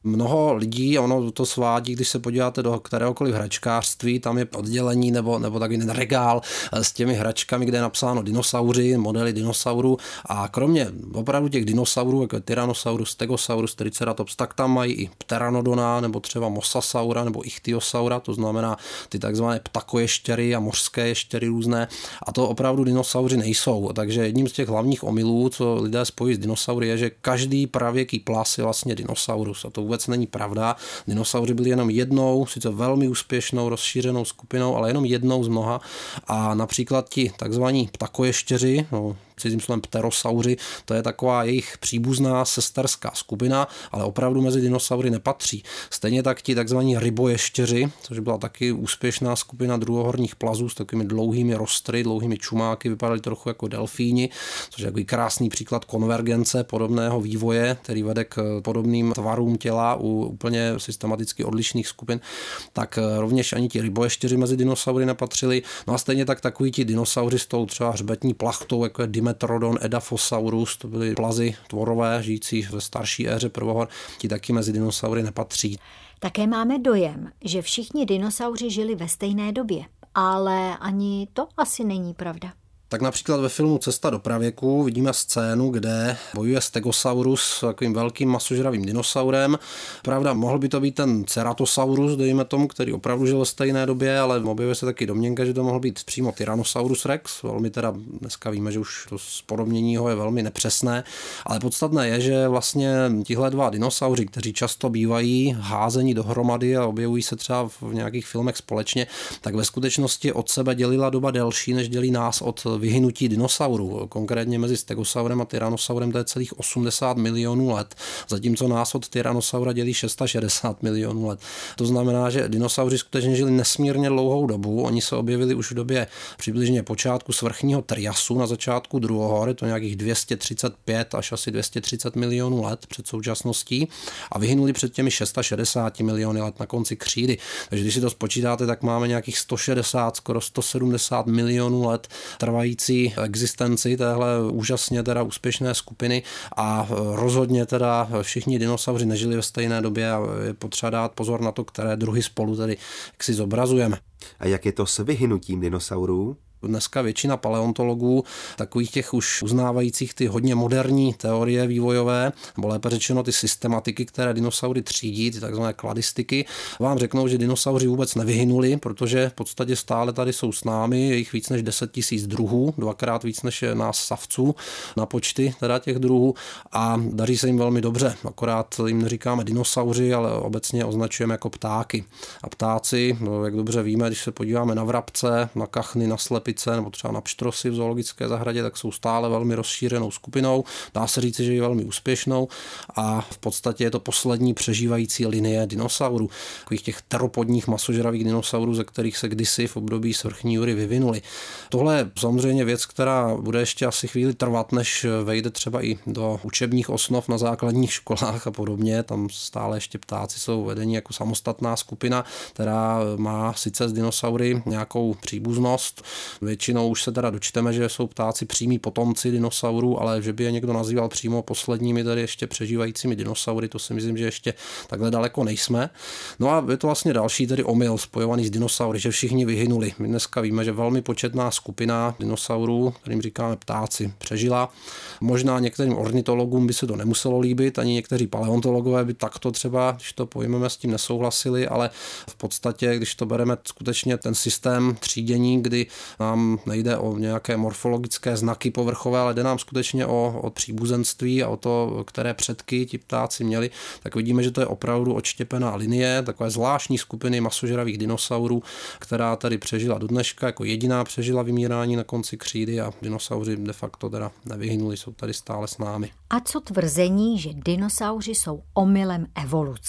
Mnoho lidí, ono to svádí, když se podíváte do kteréhokoliv hračkářství, tam je oddělení nebo, nebo takový regál s těmi hračkami, kde je napsáno dinosauři, modely dinosaurů a kromě opravdu těch dinosaurů, jako Tyrannosaurus, Stegosaurus, Triceratops, tak tam mají i Pteranodona nebo třeba Mosasaura nebo Ichthyosaura, to znamená ty takzvané ptakoještěry a mořské ještěry různé a to opravdu dinosauři nejsou. Takže jedním z těch hlavních omylů, co lidé spojí s dinosaury, je, že každý pravěký plas je vlastně dinosaurus a to vůbec není pravda. Dinosauři byli jenom jednou, sice velmi úspěšnou, rozšířenou skupinou, ale jenom jednou z mnoha a například ti takzvaní ptakoještěři, no, cizím slovem pterosauři, to je taková jejich příbuzná sesterská skupina, ale opravdu mezi dinosaury nepatří. Stejně tak ti takzvaní ryboještěři, což byla taky úspěšná skupina druhohorních plazů s takovými dlouhými rostry, dlouhými čumáky, vypadaly trochu jako delfíni, což je takový krásný příklad konvergence podobného vývoje, který vede k podobným tvarům těla u úplně systematicky odlišných skupin, tak rovněž ani ti ryboještěři mezi dinosaury nepatřili. No a stejně tak takový ti dinosauři s tou třeba hřbetní plachtou, jako je Dimetrodon, Edaphosaurus, to byly plazy tvorové žijící ve starší éře prvohor, ti taky mezi dinosaury nepatří. Také máme dojem, že všichni dinosauři žili ve stejné době, ale ani to asi není pravda. Tak například ve filmu Cesta do pravěku vidíme scénu, kde bojuje Stegosaurus s takovým velkým masožravým dinosaurem. Pravda, mohl by to být ten Ceratosaurus, dejme tomu, který opravdu žil ve stejné době, ale objevuje se taky domněnka, že to mohl být přímo Tyrannosaurus Rex. Velmi teda dneska víme, že už to spodobnění ho je velmi nepřesné, ale podstatné je, že vlastně tihle dva dinosauři, kteří často bývají házení dohromady a objevují se třeba v nějakých filmech společně, tak ve skutečnosti od sebe dělila doba delší, než dělí nás od vyhynutí dinosaurů. Konkrétně mezi Stegosaurem a Tyrannosaurem to je celých osmdesát milionů let, zatímco nás od Tyrannosaura dělí šest set šedesát milionů let. To znamená, že dinosauři skutečně žili nesmírně dlouhou dobu. Oni se objevili už v době přibližně počátku svrchního triasu na začátku druhohor, to nějakých dvě stě třicet pět až asi dvě stě třicet milionů let před současností a vyhynuli před těmi šest set šedesát miliony let na konci křídy. Takže když si to spočítáte, tak máme nějakých sto šedesát, skoro sto sedmdesát milionů let trvají existenci téhle úžasně teda úspěšné skupiny a rozhodně teda všichni dinosauři nežili ve stejné době a je potřeba dát pozor na to, které druhy spolu tedy jak si zobrazujeme. A jak je to s vyhynutím dinosaurů? Dneska většina paleontologů, takových těch už uznávajících ty hodně moderní teorie vývojové, nebo lépe řečeno ty systematiky, které dinosaury třídí, ty takzvané kladistiky, vám řeknou, že dinosauři vůbec nevyhynuli, protože v podstatě stále tady jsou s námi, je jich víc než deset tisíc druhů, dvakrát víc než je nás savců na počty teda těch druhů a daří se jim velmi dobře, akorát jim neříkáme dinosauři, ale obecně označujeme jako ptáky. A ptáci, jak dobře víme, když se podíváme na vrabce, na kachny, na slepice, nebo třeba na pštrosy v zoologické zahradě, tak jsou stále velmi rozšířenou skupinou. Dá se říct, že je velmi úspěšnou a v podstatě je to poslední přežívající linie dinosaurů. Takových těch teropodních masožravých dinosaurů, ze kterých se kdysi v období svrchní jury vyvinuli. Tohle je samozřejmě věc, která bude ještě asi chvíli trvat, než vejde třeba i do učebních osnov na základních školách a podobně. Tam stále ještě ptáci jsou vedeni jako samostatná skupina, která má sice z dinosaury nějakou příbuznost. Většinou už se teda dočteme, že jsou ptáci přímí potomci dinosaurů, ale že by je někdo nazýval přímo posledními tady ještě přežívajícími dinosaury, to si myslím, že ještě takhle daleko nejsme. No a je to vlastně další tedy omyl spojovaný s dinosaury, že všichni vyhynuli. My dneska víme, že velmi početná skupina dinosaurů, kterým říkáme ptáci, přežila. Možná některým ornitologům by se to nemuselo líbit, ani někteří paleontologové by takto třeba, když to pojmeme, s tím nesouhlasili, ale v podstatě, když to bereme skutečně ten systém třídění, kdy nám nejde o nějaké morfologické znaky povrchové, ale jde nám skutečně o, o příbuzenství a o to, které předky ti ptáci měli, tak vidíme, že to je opravdu odštěpená linie, takové zvláštní skupiny masožravých dinosaurů, která tady přežila do dneška, jako jediná přežila vymírání na konci křídy a dinosauři de facto teda nevyhynuli, jsou tady stále s námi. A co tvrzení, že dinosauři jsou omylem evoluce?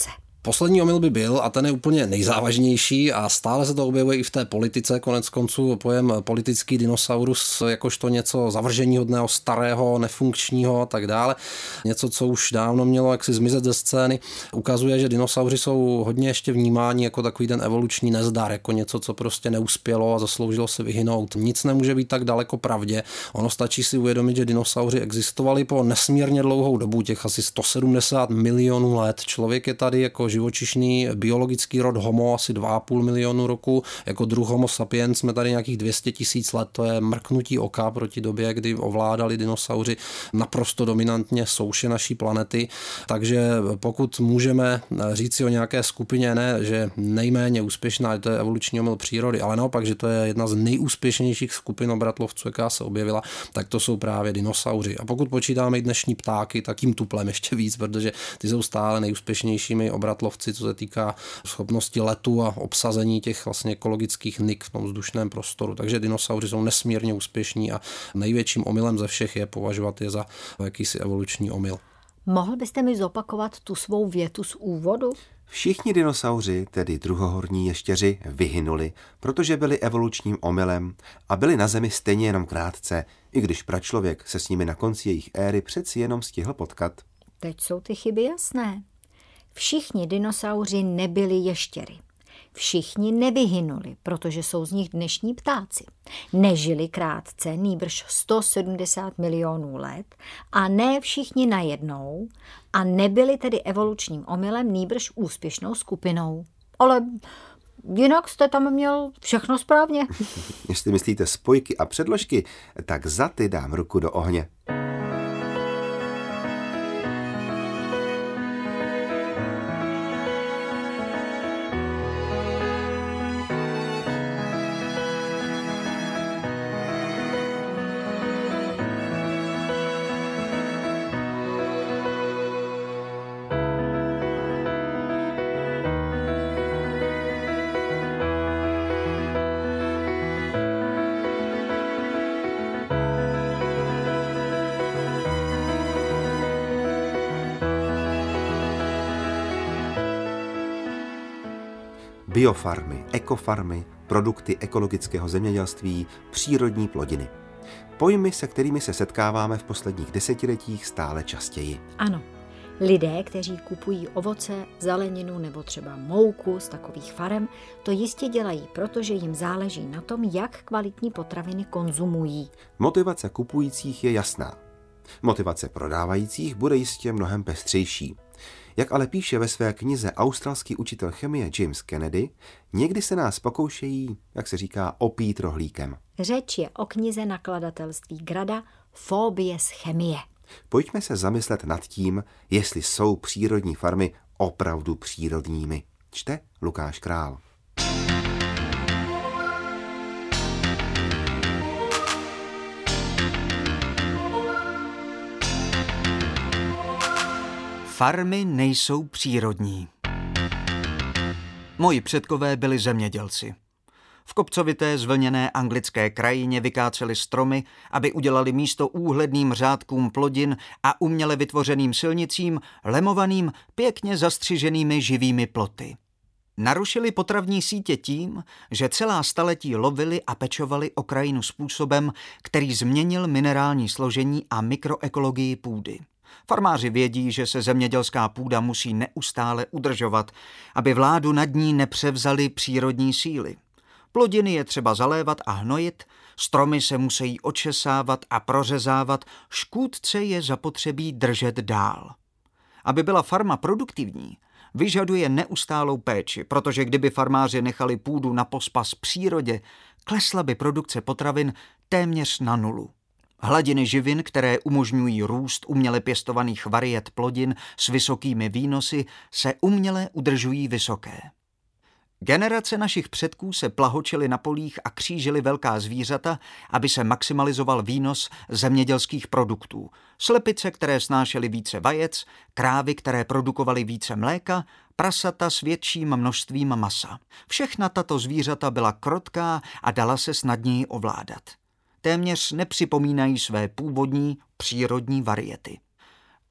Poslední omyl by byl, a ten je úplně nejzávažnější a stále se to objevuje i v té politice, konec konců pojem politický dinosaurus jakožto něco zavrženíhodného, starého, nefunkčního a tak dále. Něco, co už dávno mělo jaksi zmizet ze scény. Ukazuje, že dinosauři jsou hodně ještě vnímáni jako takový ten evoluční nezdar, jako něco, co prostě neuspělo a zasloužilo se vyhynout. Nic nemůže být tak daleko pravdě. Ono stačí si uvědomit, že dinosauři existovali po nesmírně dlouhou dobu, těch asi sto sedmdesát milionů let. Člověk je tady jako živočišný biologický rod Homo asi dva a půl milionu roku, jako druh Homo sapiens jsme tady nějakých dvě stě tisíc let, to je mrknutí oka proti době, kdy ovládali dinosauři naprosto dominantně souše naší planety. Takže pokud můžeme říct si o nějaké skupině, ne, že nejméně úspěšná, to je evoluční omyl přírody, ale naopak, že to je jedna z nejúspěšnějších skupin obratlovců, jaká se objevila, tak to jsou právě dinosauři. A pokud počítáme i dnešní ptáky, tak tím tuplem ještě víc, protože ty jsou stále nejúspěšnějšími obratlovci, co se týká schopnosti letu a obsazení těch vlastně ekologických nik v tom vzdušném prostoru. Takže dinosauři jsou nesmírně úspěšní a největším omylem ze všech je považovat je za jakýsi evoluční omyl. Mohl byste mi zopakovat tu svou větu z úvodu? Všichni dinosauři, tedy druhohorní ještěři, vyhynuli, protože byli evolučním omylem a byli na Zemi stejně jenom krátce, i když pračlověk se s nimi na konci jejich éry přeci jenom stihl potkat. Teď jsou ty chyby jasné. Všichni dinosauři nebyli ještěry. Všichni nevyhynuli, protože jsou z nich dnešní ptáci. Nežili krátce, nýbrž sto sedmdesát milionů let a ne všichni najednou a nebyli tedy evolučním omylem, nýbrž úspěšnou skupinou. Ale jinak jste tam měl všechno správně. Jestli myslíte spojky a předložky, tak za ty dám ruku do ohně. Biofarmy, ekofarmy, produkty ekologického zemědělství, přírodní plodiny. Pojmy, se kterými se setkáváme v posledních desetiletích stále častěji. Ano, lidé, kteří kupují ovoce, zeleninu nebo třeba mouku z takových farem, to jistě dělají, protože jim záleží na tom, jak kvalitní potraviny konzumují. Motivace kupujících je jasná. Motivace prodávajících bude jistě mnohem pestřejší. Jak ale píše ve své knize australský učitel chemie James Kennedy, někdy se nás pokoušejí, jak se říká, opít rohlíkem. Řeč je o knize nakladatelství Grada Fóbie z chemie. Pojďme se zamyslet nad tím, jestli jsou přírodní farmy opravdu přírodními. Čte Lukáš Král. Farmy nejsou přírodní. Moji předkové byli zemědělci. V kopcovité zvlněné anglické krajině vykáceli stromy, aby udělali místo úhledným řádkům plodin a uměle vytvořeným silnicím lemovaným pěkně zastřiženými živými ploty. Narušili potravní sítě tím, že celá staletí lovili a pečovali o krajinu způsobem, který změnil minerální složení a mikroekologii půdy. Farmáři vědí, že se zemědělská půda musí neustále udržovat, aby vládu nad ní nepřevzaly přírodní síly. Plodiny je třeba zalévat a hnojit, stromy se musí očesávat a prořezávat, škůdce je zapotřebí držet dál. Aby byla farma produktivní, vyžaduje neustálou péči, protože kdyby farmáři nechali půdu na pospas přírodě, klesla by produkce potravin téměř na nulu. Hladiny živin, které umožňují růst uměle pěstovaných variet plodin s vysokými výnosy, se uměle udržují vysoké. Generace našich předků se plahočily na polích a křížily velká zvířata, aby se maximalizoval výnos zemědělských produktů. Slepice, které snášely více vajec, krávy, které produkovaly více mléka, prasata s větším množstvím masa. Všechna tato zvířata byla krotká a dala se snadněji ovládat. Téměř nepřipomínají své původní přírodní variety.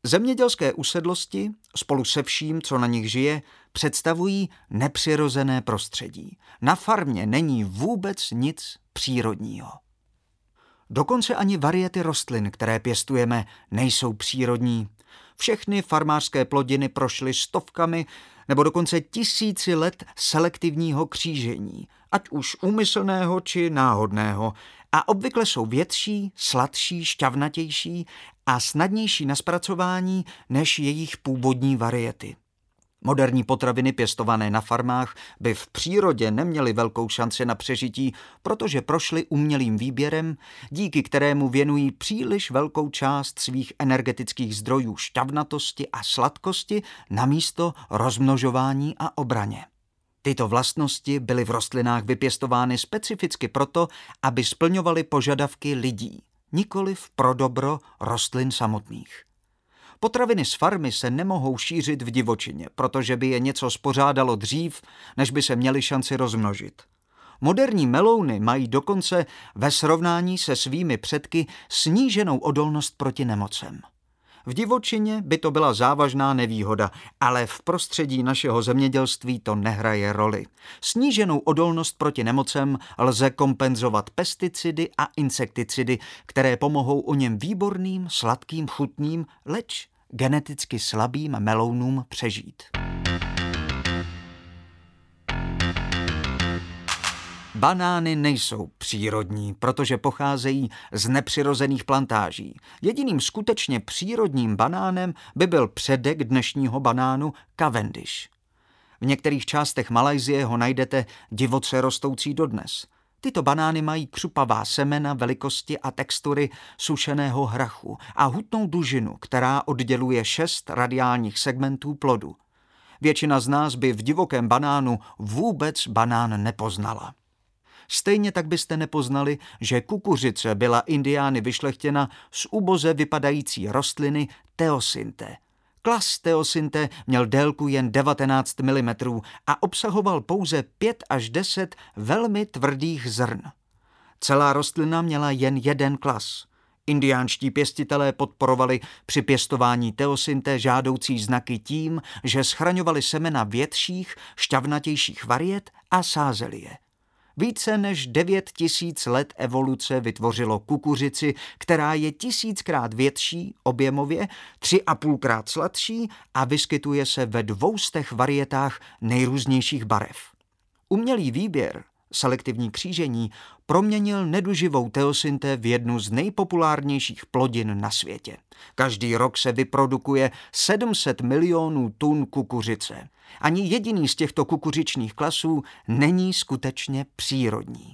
Zemědělské usedlosti spolu se vším, co na nich žije, představují nepřirozené prostředí. Na farmě není vůbec nic přírodního. Dokonce ani variety rostlin, které pěstujeme, nejsou přírodní. Všechny farmářské plodiny prošly stovkami nebo dokonce tisíci let selektivního křížení, ať už úmyslného či náhodného, a obvykle jsou větší, sladší, šťavnatější a snadnější na zpracování než jejich původní variety. Moderní potraviny pěstované na farmách by v přírodě neměly velkou šanci na přežití, protože prošly umělým výběrem, díky kterému věnují příliš velkou část svých energetických zdrojů šťavnatosti a sladkosti namísto rozmnožování a obraně. Tyto vlastnosti byly v rostlinách vypěstovány specificky proto, aby splňovaly požadavky lidí, nikoliv pro dobro rostlin samotných. Potraviny z farmy se nemohou šířit v divočině, protože by je něco spořádalo dřív, než by se měly šanci rozmnožit. Moderní melouny mají dokonce ve srovnání se svými předky sníženou odolnost proti nemocem. V divočině by to byla závažná nevýhoda, ale v prostředí našeho zemědělství to nehraje roli. Sníženou odolnost proti nemocem lze kompenzovat pesticidy a insekticidy, které pomohou o něm výborným, sladkým, chutným, leč geneticky slabým melounům přežít. Banány nejsou přírodní, protože pocházejí z nepřirozených plantáží. Jediným skutečně přírodním banánem by byl předek dnešního banánu Cavendish. V některých částech Malajsie ho najdete divoce rostoucí dodnes. Tyto banány mají křupavá semena velikosti a textury sušeného hrachu a hutnou dužinu, která odděluje šest radiálních segmentů plodu. Většina z nás by v divokém banánu vůbec banán nepoznala. Stejně tak byste nepoznali, že kukuřice byla Indiány vyšlechtěna z uboze vypadající rostliny teosinte. Klas teosinte měl délku jen devatenáct milimetrů a obsahoval pouze pět až deset velmi tvrdých zrn. Celá rostlina měla jen jeden klas. Indiánští pěstitelé podporovali při pěstování teosinte žádoucí znaky tím, že schraňovali semena větších, šťavnatějších variet a sázeli je. Více než devět tisíc let evoluce vytvořilo kukuřici, která je tisíckrát větší objemově, tři a půlkrát sladší a vyskytuje se ve dvoustech varietách nejrůznějších barev. Umělý výběr, selektivní křížení, proměnil neduživou teosinte v jednu z nejpopulárnějších plodin na světě. Každý rok se vyprodukuje sedm set milionů tun kukuřice. Ani jediný z těchto kukuřičných klasů není skutečně přírodní.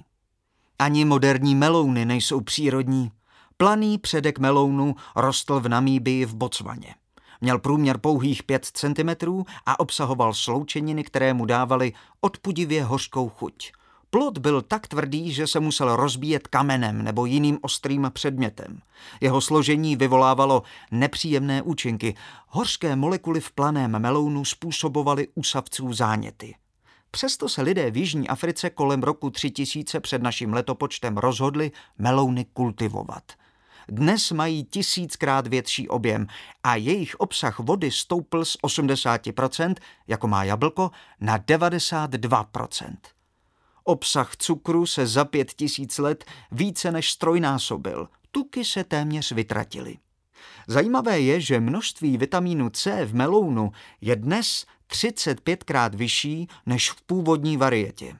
Ani moderní melouny nejsou přírodní. Planý předek melounu rostl v Namíbii v Botswaně. Měl průměr pouhých pět centimetrů a obsahoval sloučeniny, které mu dávaly odpudivě hořkou chuť. Plod byl tak tvrdý, že se musel rozbíjet kamenem nebo jiným ostrým předmětem. Jeho složení vyvolávalo nepříjemné účinky. Hořké molekuly v planém melounu způsobovaly u savců záněty. Přesto se lidé v Jižní Africe kolem roku tři tisíce před naším letopočtem rozhodli melouny kultivovat. Dnes mají tisíckrát větší objem a jejich obsah vody stoupl z osmdesát procent, jako má jablko, na devadesát dva procent. Obsah cukru se za pět tisíc let více než strojnásobil, tuky se téměř vytratily. Zajímavé je, že množství vitamínu C v melounu je dnes třicet pětkrát vyšší než v původní varietě.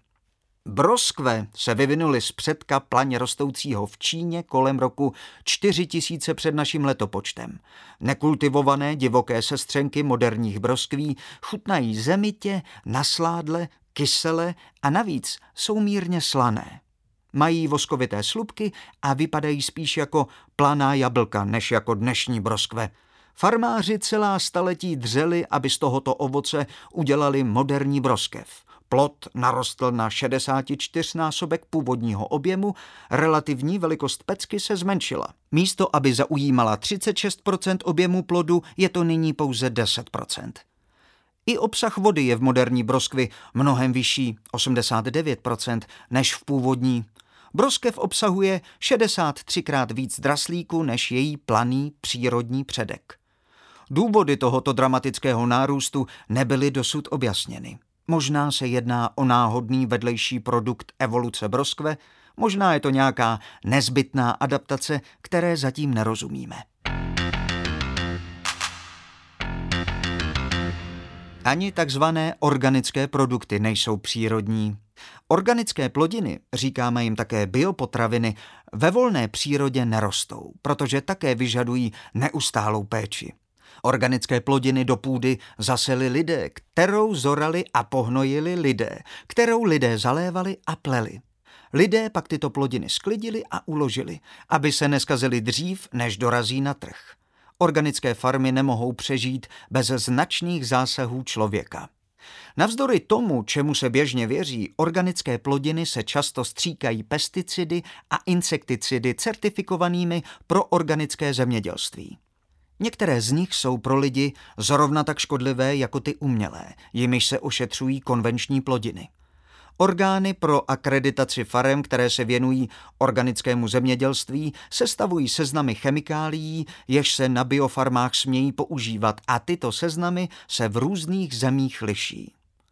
Broskve se vyvinuly z předka planě rostoucího v Číně kolem roku čtyři tisíce před naším letopočtem. Nekultivované divoké sestřenky moderních broskví chutnají zemitě, nasládle, kysele a navíc jsou mírně slané. Mají voskovité slupky a vypadají spíš jako planá jablka, než jako dnešní broskve. Farmáři celá staletí dřeli, aby z tohoto ovoce udělali moderní broskev. Plod narostl na šedesátičtyřnásobek původního objemu, relativní velikost pecky se zmenšila. Místo, aby zaujímala třicet šest procent objemu plodu, je to nyní pouze deset procent. I obsah vody je v moderní broskvi mnohem vyšší, osmdesát devět procent, než v původní. Broskev obsahuje šedesát třikrát víc draslíku než její planý přírodní předek. Důvody tohoto dramatického nárůstu nebyly dosud objasněny. Možná se jedná o náhodný vedlejší produkt evoluce broskve, možná je to nějaká nezbytná adaptace, které zatím nerozumíme. Ani takzvané organické produkty nejsou přírodní. Organické plodiny, říkáme jim také biopotraviny, ve volné přírodě nerostou, protože také vyžadují neustálou péči. Organické plodiny do půdy zaseli lidé, kterou zorali a pohnojili lidé, kterou lidé zalévali a pleli. Lidé pak tyto plodiny sklidili a uložili, aby se neskazily dřív, než dorazí na trh. Organické farmy nemohou přežít bez značných zásahů člověka. Navzdory tomu, čemu se běžně věří, organické plodiny se často stříkají pesticidy a insekticidy certifikovanými pro organické zemědělství. Některé z nich jsou pro lidi zrovna tak škodlivé jako ty umělé, jimiž se ošetřují konvenční plodiny. Orgány pro akreditaci farem, které se věnují organickému zemědělství, sestavují seznamy chemikálií, jež se na biofarmách smějí používat, a tyto seznamy se v různých zemích liší.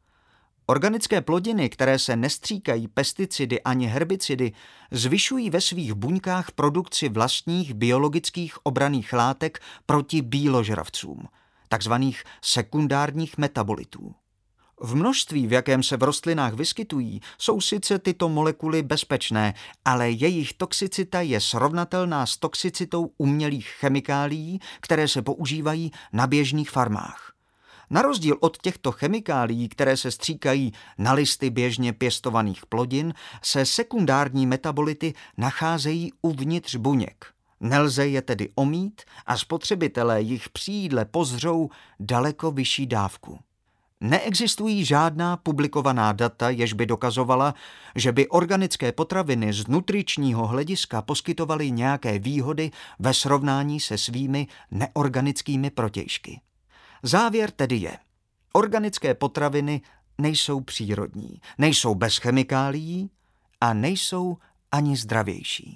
Organické plodiny, které se nestříkají pesticidy ani herbicidy, zvyšují ve svých buňkách produkci vlastních biologických obranných látek proti bíložravcům, takzvaných sekundárních metabolitů. V množství, v jakém se v rostlinách vyskytují, jsou sice tyto molekuly bezpečné, ale jejich toxicita je srovnatelná s toxicitou umělých chemikálií, které se používají na běžných farmách. Na rozdíl od těchto chemikálií, které se stříkají na listy běžně pěstovaných plodin, se sekundární metabolity nacházejí uvnitř buněk. Nelze je tedy omít a spotřebitelé jich při jídle pozřou daleko vyšší dávku. Neexistují žádná publikovaná data, jež by dokazovala, že by organické potraviny z nutričního hlediska poskytovaly nějaké výhody ve srovnání se svými neorganickými protějšky. Závěr tedy je, organické potraviny nejsou přírodní, nejsou bez chemikálií a nejsou ani zdravější.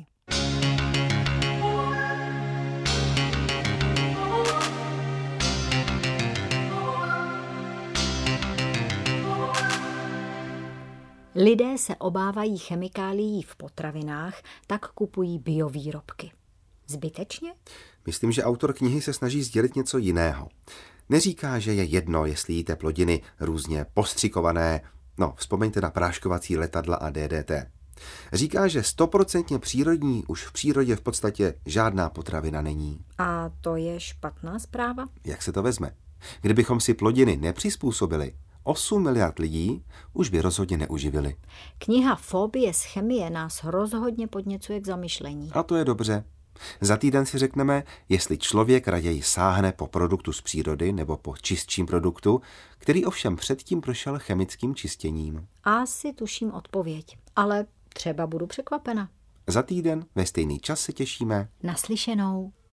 Lidé se obávají chemikálií v potravinách, tak kupují biovýrobky. Zbytečně? Myslím, že autor knihy se snaží sdělit něco jiného. Neříká, že je jedno, jestli jíte plodiny různě postřikované, no, vzpomeňte na práškovací letadla a D D T. Říká, že stoprocentně přírodní už v přírodě v podstatě žádná potravina není. A to je špatná zpráva? Jak se to vezme? Kdybychom si plodiny nepřizpůsobili, osm miliard lidí už by rozhodně neuživili. Kniha Fobie z chemie nás rozhodně podněcuje k zamyšlení. A to je dobře. Za týden si řekneme, jestli člověk raději sáhne po produktu z přírody nebo po čistším produktu, který ovšem předtím prošel chemickým čistěním. Asi tuším odpověď, ale třeba budu překvapena. Za týden ve stejný čas se těšíme. Naslyšenou.